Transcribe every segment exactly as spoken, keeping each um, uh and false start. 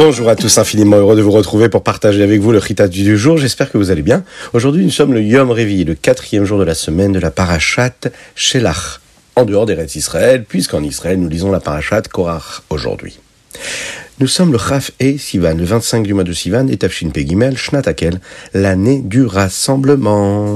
Bonjour à tous, infiniment heureux de vous retrouver pour partager avec vous le Chitat du jour. J'espère que vous allez bien. Aujourd'hui, nous sommes le Yom Revi, le quatrième jour de la semaine de la Parashat Shelach, en dehors d'Eretz Israël, puisqu'en Israël, nous lisons la Parashat Korach aujourd'hui. Nous sommes le Chaf et Sivan, le vingt-cinq du mois de Sivan, et Tafshin Pei Gimel, Shnat Hakel, l'année du rassemblement.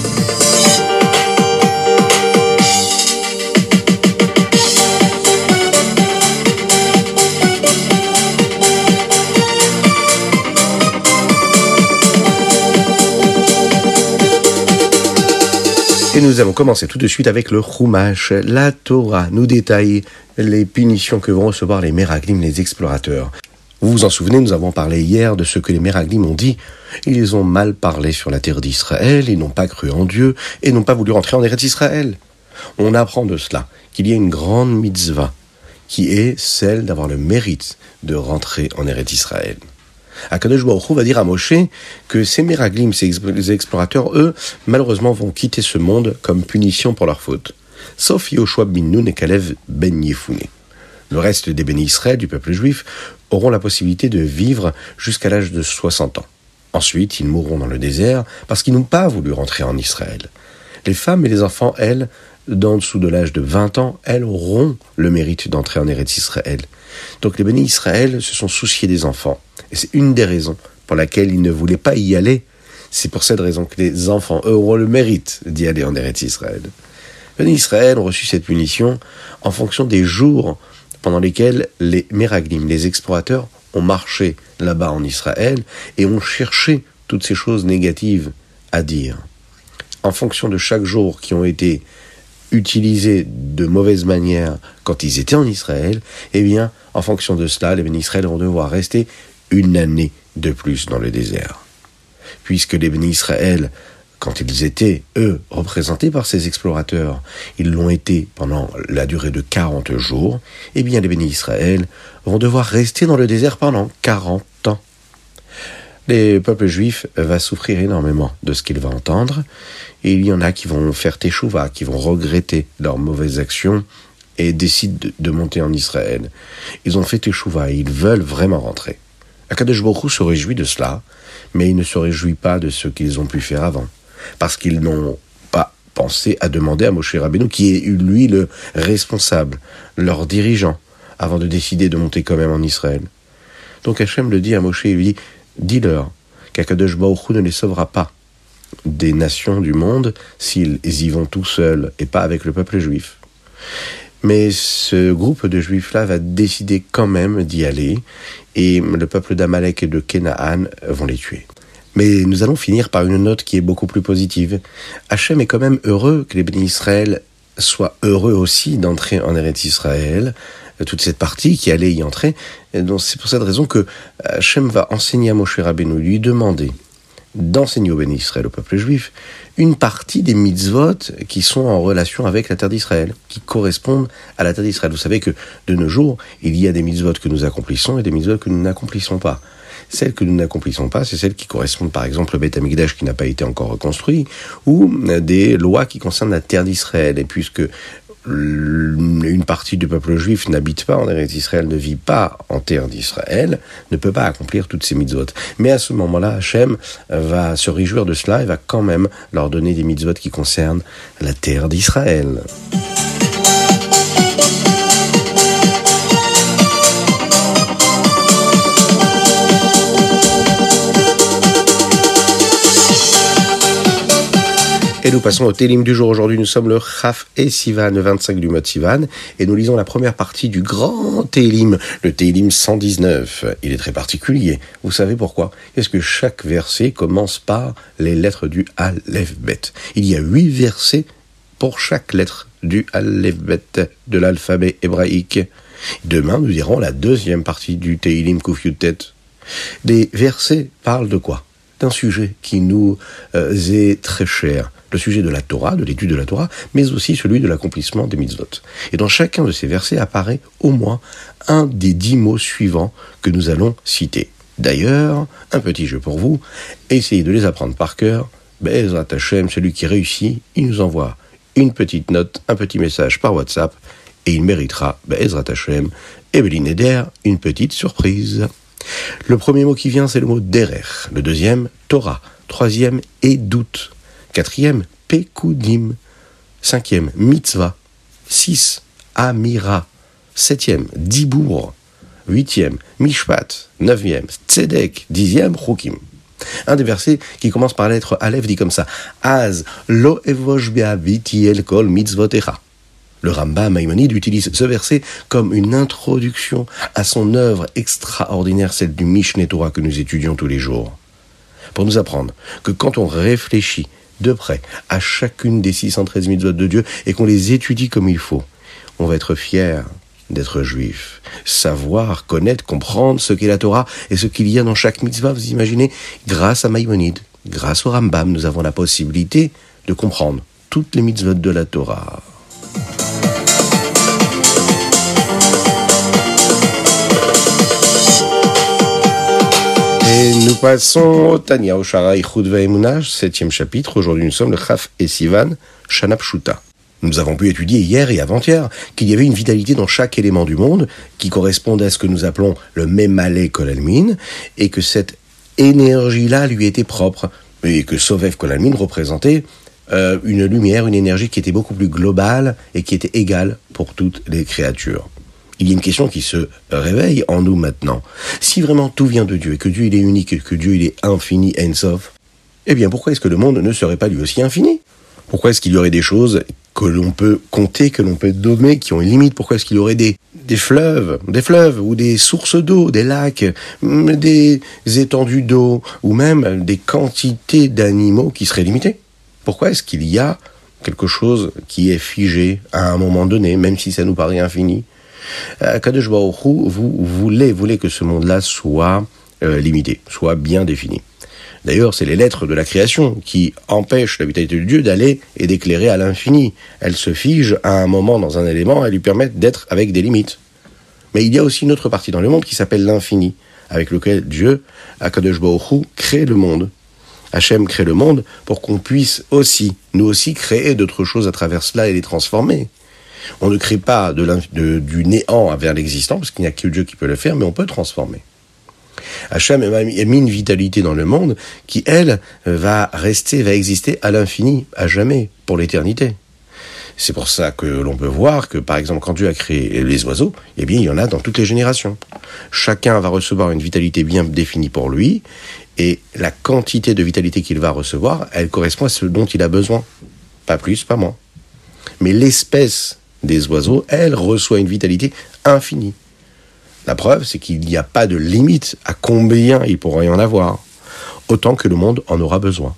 Et nous allons commencer tout de suite avec le Chumash. La Torah nous détaille les punitions que vont recevoir les Meraglim, les explorateurs. Vous vous en souvenez, nous avons parlé hier de ce que les Meraglim ont dit. Ils ont mal parlé sur la terre d'Israël, ils n'ont pas cru en Dieu et n'ont pas voulu rentrer en Eretz Israël. On apprend de cela qu'il y a une grande mitzvah qui est celle d'avoir le mérite de rentrer en Eretz Israël. Akadosh Baruch Hu va dire à Moshe que ces Meraglim, ces explorateurs, eux, malheureusement, vont quitter ce monde comme punition pour leur faute. Sauf Yoshua bin Nun et Kalev ben Yefune. Le reste des bénis Israël, du peuple juif, auront la possibilité de vivre jusqu'à l'âge de soixante ans. Ensuite, ils mourront dans le désert parce qu'ils n'ont pas voulu rentrer en Israël. Les femmes et les enfants, elles, d'en dessous de l'âge de vingt ans, elles auront le mérite d'entrer en Eretz Israël. Donc les bénis Israël se sont souciés des enfants. Et c'est une des raisons pour laquelle ils ne voulaient pas y aller. C'est pour cette raison que les enfants, eux, auront le mérite d'y aller en Eretz Israël. Les bénis Israël ont reçu cette punition en fonction des jours pendant lesquels les Meraglim, les explorateurs, ont marché là-bas en Israël et ont cherché toutes ces choses négatives à dire. En fonction de chaque jour qui ont été utilisés de mauvaise manière quand ils étaient en Israël, eh bien, en fonction de cela, les bénis Israël vont devoir rester une année de plus dans le désert. Puisque les bénis Israël, quand ils étaient, eux, représentés par ces explorateurs, ils l'ont été pendant la durée de quarante jours, eh bien, les bénis Israël vont devoir rester dans le désert pendant quarante ans. Le peuple juif va souffrir énormément de ce qu'il va entendre, et il y en a qui vont faire teshuva, qui vont regretter leurs mauvaises actions et décident de, de monter en Israël. Ils ont fait teshuva et ils veulent vraiment rentrer. Akadosh Baruch Hu se réjouit de cela, mais il ne se réjouit pas de ce qu'ils ont pu faire avant, parce qu'ils n'ont pas pensé à demander à Moshe Rabbeinu, qui est lui le responsable, leur dirigeant, avant de décider de monter quand même en Israël. Donc Hachem le dit à Moshe, il lui dit « Dis-leur qu'Akadosh Baruch Hu ne les sauvera pas des nations du monde s'ils y vont tout seuls et pas avec le peuple juif. » Mais ce groupe de juifs-là va décider quand même d'y aller, et le peuple d'Amalek et de Kenaan vont les tuer. Mais nous allons finir par une note qui est beaucoup plus positive. Hachem est quand même heureux que les bénis Israël soient heureux aussi d'entrer en Eretz Israël, toute cette partie qui allait y entrer. Et donc c'est pour cette raison que Hachem va enseigner à Moshe Rabbeinu, lui demander d'enseigner aux bénis Israël, au peuple juif, une partie des mitzvot qui sont en relation avec la terre d'Israël, qui correspondent à la terre d'Israël. Vous savez que de nos jours, il y a des mitzvot que nous accomplissons et des mitzvot que nous n'accomplissons pas. Celles que nous n'accomplissons pas, c'est celles qui correspondent par exemple au Beth Amikdash qui n'a pas été encore reconstruit, ou des lois qui concernent la terre d'Israël. Et puisque une partie du peuple juif n'habite pas en Eretz Israël, ne vit pas en terre d'Israël, ne peut pas accomplir toutes ces mitzvot. Mais à ce moment-là, Hachem va se réjouir de cela et va quand même leur donner des mitzvot qui concernent la terre d'Israël. Et nous passons au Télim du jour. Aujourd'hui, nous sommes le Chaf et Sivan, le vingt-cinq du mois de Sivan, et nous lisons la première partie du grand Télim, le Télim cent dix-neuf. Il est très particulier. Vous savez pourquoi ? Parce que chaque verset commence par les lettres du Aleph Bet. Il y a huit versets pour chaque lettre du Aleph Bet de l'alphabet hébraïque. Demain, nous lirons la deuxième partie du Télim Kuf Yutet. Les versets parlent de quoi ? D'un sujet qui nous euh, est très cher, le sujet de la Torah, de l'étude de la Torah, mais aussi celui de l'accomplissement des mitzvot. Et dans chacun de ces versets apparaît au moins un des dix mots suivants que nous allons citer. D'ailleurs, un petit jeu pour vous, essayez de les apprendre par cœur. Be'ezrat Hashem, celui qui réussit, il nous envoie une petite note, un petit message par WhatsApp, et il méritera, Be'ezrat Hashem, et Beli Neder, une petite surprise. Le premier mot qui vient, c'est le mot derer. Le deuxième, Torah. Troisième, Edut. Quatrième, Pekudim. Cinquième, Mitzvah. Six, Amira. Septième, Dibour. Huitième, Mishpat. Neuvième, Tzedek. Dixième, Chukim. Un des versets qui commence par la lettre Aleph dit comme ça. Az lo evosh be'aviti el kol mitzvotecha. Le Rambam Maïmonide utilise ce verset comme une introduction à son œuvre extraordinaire, celle du Mishneh Torah que nous étudions tous les jours. Pour nous apprendre que quand on réfléchit de près à chacune des six cent treize mitzvot de Dieu et qu'on les étudie comme il faut, on va être fier d'être juif, savoir, connaître, comprendre ce qu'est la Torah et ce qu'il y a dans chaque mitzvah. Vous imaginez, grâce à Maïmonide, grâce au Rambam, nous avons la possibilité de comprendre toutes les mitzvot de la Torah. Et nous passons au Tanya, au Shara Ichud Ve'emunah, septième chapitre. Aujourd'hui, nous sommes le Chaf et Sivan, Shana Pshuta. Nous avons pu étudier hier et avant-hier qu'il y avait une vitalité dans chaque élément du monde qui correspondait à ce que nous appelons le Memale Kol Almin et que cette énergie-là lui était propre et que Sovev Kol Almin représentait euh, une lumière, une énergie qui était beaucoup plus globale et qui était égale pour toutes les créatures. Il y a une question qui se réveille en nous maintenant. Si vraiment tout vient de Dieu et que Dieu il est unique et que Dieu il est infini, Ein Sof, eh bien pourquoi est-ce que le monde ne serait pas lui aussi infini ? Pourquoi est-ce qu'il y aurait des choses que l'on peut compter, que l'on peut nommer, qui ont une limite ? Pourquoi est-ce qu'il y aurait des, des fleuves, des fleuves ou des sources d'eau, des lacs, des étendues d'eau ou même des quantités d'animaux qui seraient limitées ? Pourquoi est-ce qu'il y a quelque chose qui est figé à un moment donné, même si ça nous paraît infini ? Kadosh Baruch Hu, vous voulez, voulez que ce monde-là soit euh, limité, soit bien défini. D'ailleurs, c'est les lettres de la création qui empêchent la vitalité de Dieu d'aller et d'éclairer à l'infini. Elles se figent à un moment dans un élément, elles lui permettent d'être avec des limites. Mais il y a aussi une autre partie dans le monde qui s'appelle l'infini, avec lequel Dieu, Akadosh Baruch Hu, crée le monde. Hachem crée le monde pour qu'on puisse aussi, nous aussi, créer d'autres choses à travers cela et les transformer. On ne crée pas de de, du néant vers l'existant, parce qu'il n'y a que Dieu qui peut le faire, mais on peut transformer. Hachem a mis une vitalité dans le monde qui, elle, va rester, va exister à l'infini, à jamais, pour l'éternité. C'est pour ça que l'on peut voir que, par exemple, quand Dieu a créé les oiseaux, eh bien, il y en a dans toutes les générations. Chacun va recevoir une vitalité bien définie pour lui, et la quantité de vitalité qu'il va recevoir, elle correspond à ce dont il a besoin. Pas plus, pas moins. Mais l'espèce des oiseaux, elle, reçoit une vitalité infinie. La preuve, c'est qu'il n'y a pas de limite à combien il pourra y en avoir, autant que le monde en aura besoin.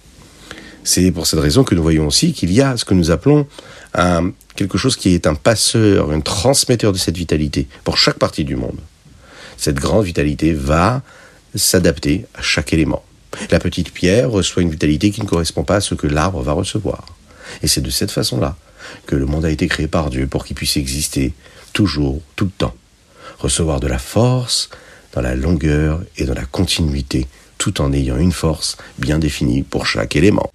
C'est pour cette raison que nous voyons aussi qu'il y a ce que nous appelons un, quelque chose qui est un passeur, un transmetteur de cette vitalité pour chaque partie du monde. Cette grande vitalité va s'adapter à chaque élément. La petite pierre reçoit une vitalité qui ne correspond pas à ce que l'arbre va recevoir. Et c'est de cette façon-là que le monde a été créé par Dieu pour qu'il puisse exister toujours, tout le temps. Recevoir de la force dans la longueur et dans la continuité, tout en ayant une force bien définie pour chaque élément.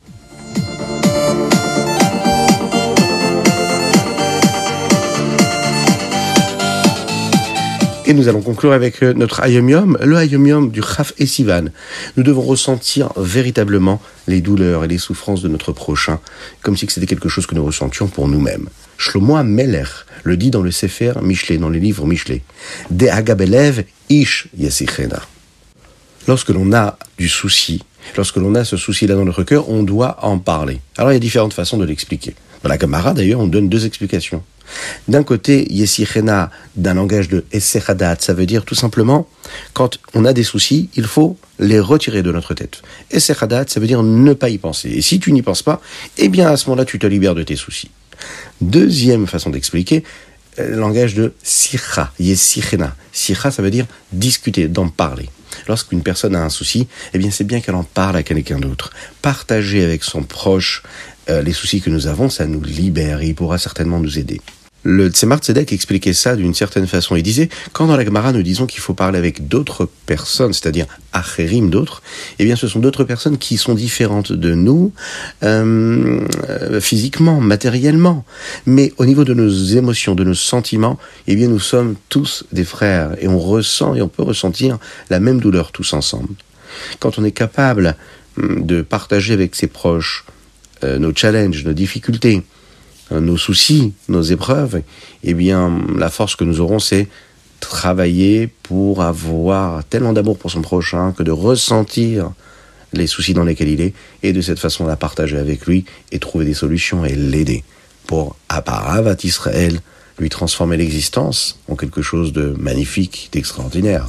Et nous allons conclure avec notre Hayom Yom, le Hayom Yom du Chaf et Sivan. Nous devons ressentir véritablement les douleurs et les souffrances de notre prochain, comme si c'était quelque chose que nous ressentions pour nous-mêmes. Shlomo Meler le dit dans le Sefer Mishlei, dans les livres Mishlei. De Agabelev ish yesichena. Lorsque l'on a du souci, lorsque l'on a ce souci-là dans notre cœur, on doit en parler. Alors il y a différentes façons de l'expliquer. Dans la Gemara, d'ailleurs, on donne deux explications. D'un côté, Yesichena, d'un langage de Essechadat, ça veut dire tout simplement, quand on a des soucis, il faut les retirer de notre tête. Essechadat, ça veut dire ne pas y penser. Et si tu n'y penses pas, eh bien à ce moment-là, tu te libères de tes soucis. Deuxième façon d'expliquer, le langage de Sicha, Yesichena. Sicha, ça veut dire discuter, d'en parler. Lorsqu'une personne a un souci, eh bien c'est bien qu'elle en parle à quelqu'un d'autre. Partager avec son proche euh, les soucis que nous avons, ça nous libère et il pourra certainement nous aider. Le Tzemar Tzedek expliquait ça d'une certaine façon. Il disait, quand dans la Gemara nous disons qu'il faut parler avec d'autres personnes, c'est-à-dire acherim, d'autres, eh bien ce sont d'autres personnes qui sont différentes de nous, euh, physiquement, matériellement. Mais au niveau de nos émotions, de nos sentiments, eh bien nous sommes tous des frères et on ressent et on peut ressentir la même douleur tous ensemble. Quand on est capable de partager avec ses proches euh, nos challenges, nos difficultés, nos soucis, nos épreuves, eh bien, la force que nous aurons, c'est travailler pour avoir tellement d'amour pour son prochain que de ressentir les soucis dans lesquels il est et de cette façon la partager avec lui et trouver des solutions et l'aider pour, à Paravat Israël, lui transformer l'existence en quelque chose de magnifique, d'extraordinaire.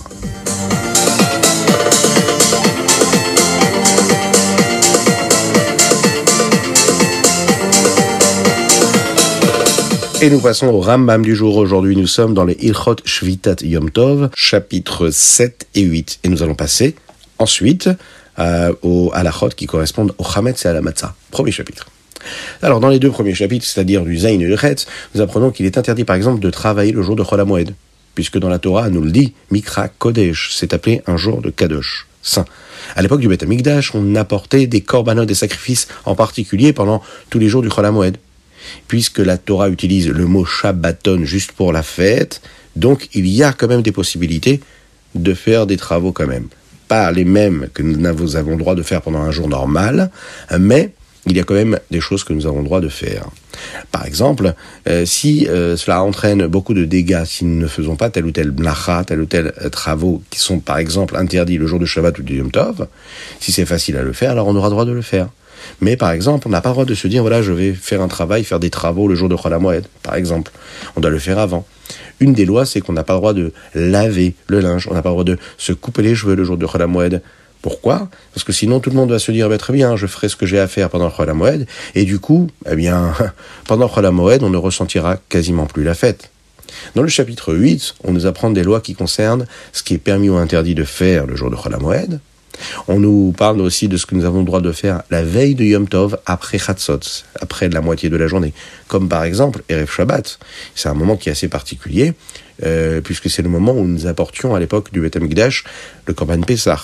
Et nous passons au Rambam du jour. Aujourd'hui, nous sommes dans les Ilchot Shvitat Yom Tov, chapitres sept et huit. Et nous allons passer ensuite euh, aux halachot qui correspondent au Chametz et à la Matzah. Premier chapitre. Alors, dans les deux premiers chapitres, c'est-à-dire du Zayin et du Chetz, nous apprenons qu'il est interdit, par exemple, de travailler le jour de Chol HaMoed, puisque dans la Torah, on nous le dit, Mikra Kodesh, c'est appelé un jour de Kadosh, saint. À l'époque du Beth Amikdash, on apportait des korbanot, des sacrifices, en particulier pendant tous les jours du Chol HaMoed. Puisque la Torah utilise le mot Shabbaton juste pour la fête, donc il y a quand même des possibilités de faire des travaux quand même. Pas les mêmes que nous avons le droit de faire pendant un jour normal, mais il y a quand même des choses que nous avons le droit de faire. Par exemple, euh, si euh, cela entraîne beaucoup de dégâts, si nous ne faisons pas tel ou tel mlacha, tel ou tel euh, travaux qui sont par exemple interdits le jour de Shabbat ou du Yom Tov, si c'est facile à le faire, alors on aura le droit de le faire. Mais par exemple, on n'a pas le droit de se dire, voilà, je vais faire un travail, faire des travaux le jour de Chol HaMoed, par exemple. On doit le faire avant. Une des lois, c'est qu'on n'a pas le droit de laver le linge, on n'a pas le droit de se couper les cheveux le jour de Chol HaMoed. Pourquoi ? Parce que sinon, tout le monde va se dire, bah, très bien, je ferai ce que j'ai à faire pendant Chol HaMoed, et du coup, eh bien, pendant Chol HaMoed, on ne ressentira quasiment plus la fête. Dans le chapitre huit, on nous apprend des lois qui concernent ce qui est permis ou interdit de faire le jour de Chol HaMoed. On nous parle aussi de ce que nous avons le droit de faire la veille de Yom Tov après Chatzot, après la moitié de la journée. Comme par exemple Erev Shabbat. C'est un moment qui est assez particulier, euh, puisque c'est le moment où nous apportions à l'époque du Beth Amikdash le Korban Pessah.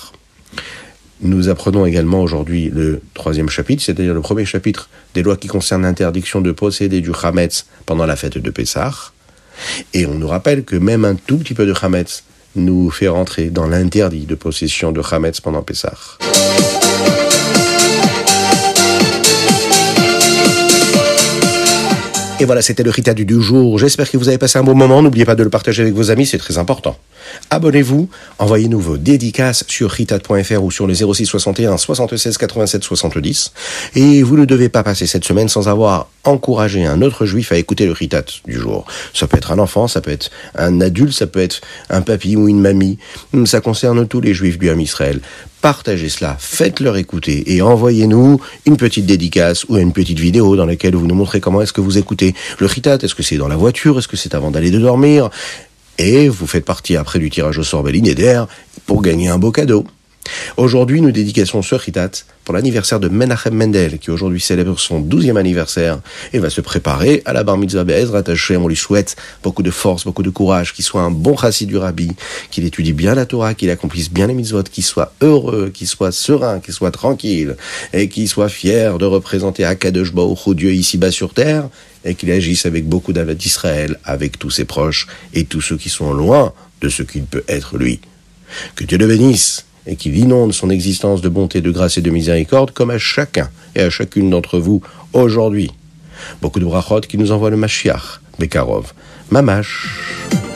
Nous apprenons également aujourd'hui le troisième chapitre, c'est-à-dire le premier chapitre des lois qui concernent l'interdiction de posséder du Chametz pendant la fête de Pessah. Et on nous rappelle que même un tout petit peu de Chametz nous fait rentrer dans l'interdit de possession de Chametz pendant Pessah. Et voilà, c'était le Ritat du jour. J'espère que vous avez passé un bon moment. N'oubliez pas de le partager avec vos amis, c'est très important. Abonnez-vous, envoyez-nous vos dédicaces sur ritat point f r ou sur le zéro six soixante et un soixante-seize quatre-vingt-sept soixante-dix. Et vous ne devez pas passer cette semaine sans avoir encouragé un autre juif à écouter le Ritat du jour. Ça peut être un enfant, ça peut être un adulte, ça peut être un papy ou une mamie. Ça concerne tous les juifs du Ham Israël. Partagez cela, faites-leur écouter et envoyez-nous une petite dédicace ou une petite vidéo dans laquelle vous nous montrez comment est-ce que vous écoutez le Ritat. Est-ce que c'est dans la voiture? Est-ce que c'est avant d'aller de dormir? Et vous faites partie après du tirage au sort Béline Eder pour gagner un beau cadeau. Aujourd'hui, nous dédicassons ce Ritat pour l'anniversaire de Menachem Mendel, qui aujourd'hui célèbre son douzième anniversaire et va se préparer à la Bar Mitzvah Be'ezrat Hashem. On lui souhaite beaucoup de force, beaucoup de courage, qu'il soit un bon chassid du Rabbi, qu'il étudie bien la Torah, qu'il accomplisse bien les mitzvot, qu'il soit heureux, qu'il soit serein, qu'il soit tranquille et qu'il soit fier de représenter Akadosh Baruch Hu, Dieu ici-bas sur terre, et qu'il agisse avec beaucoup d'Avad d'Israël, avec tous ses proches et tous ceux qui sont loin de ce qu'il peut être lui. Que Dieu le bénisse et qu'il inonde son existence de bonté, de grâce et de miséricorde, comme à chacun et à chacune d'entre vous aujourd'hui. Beaucoup de brachot qui nous envoient le Mashiach, Bekarov, Mamash.